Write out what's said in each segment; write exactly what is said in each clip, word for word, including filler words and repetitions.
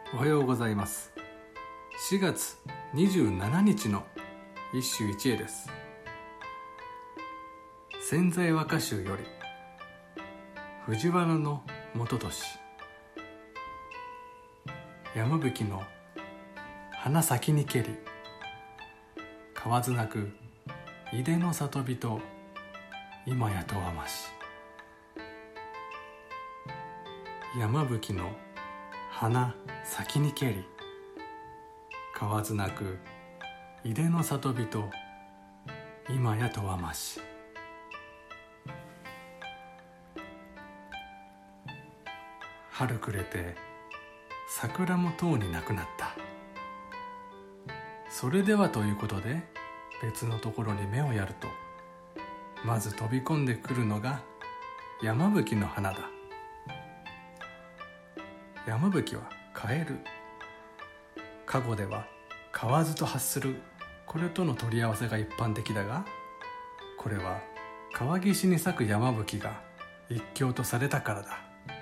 おはようございます。しがつにじゅうしちにちの一首一会です。千載和歌集より藤原の元年。山吹の花先にけり、買わずなく出での里人、今やとわまし。山吹の花先にけり、買わずなく出での里人、今やとわまし。春暮れて桜もとうになくなった。それではということで別のところに目をやると、まず飛び込んでくるのが山吹の花だ。山吹はカエル、かごでは買わずと発する、これとの取り合わせが一般的だが、これは川岸に咲く山吹が一興とされたからだ。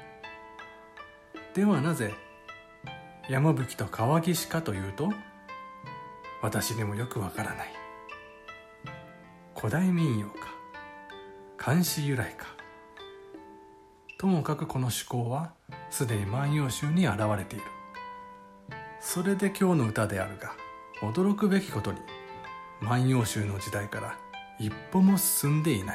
ではなぜ山吹と川岸かというと、私にもよくわからない。古代民謡か漢詩由来か、ともかくこの趣向はすでに万葉集に現れている。それで今日の歌であるが、驚くべきことに万葉集の時代から一歩も進んでいない。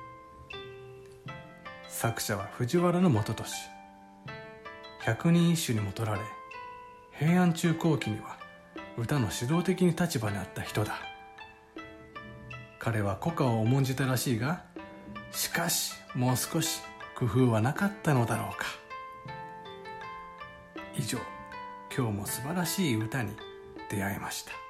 作者は藤原元年。百人一首にも取られ、平安中後期には歌の指導的に立場にあった人だ。彼は古歌を重んじたらしいが、しかしもう少し工夫はなかったのだろうか。以上、今日も素晴らしい歌に出会いました。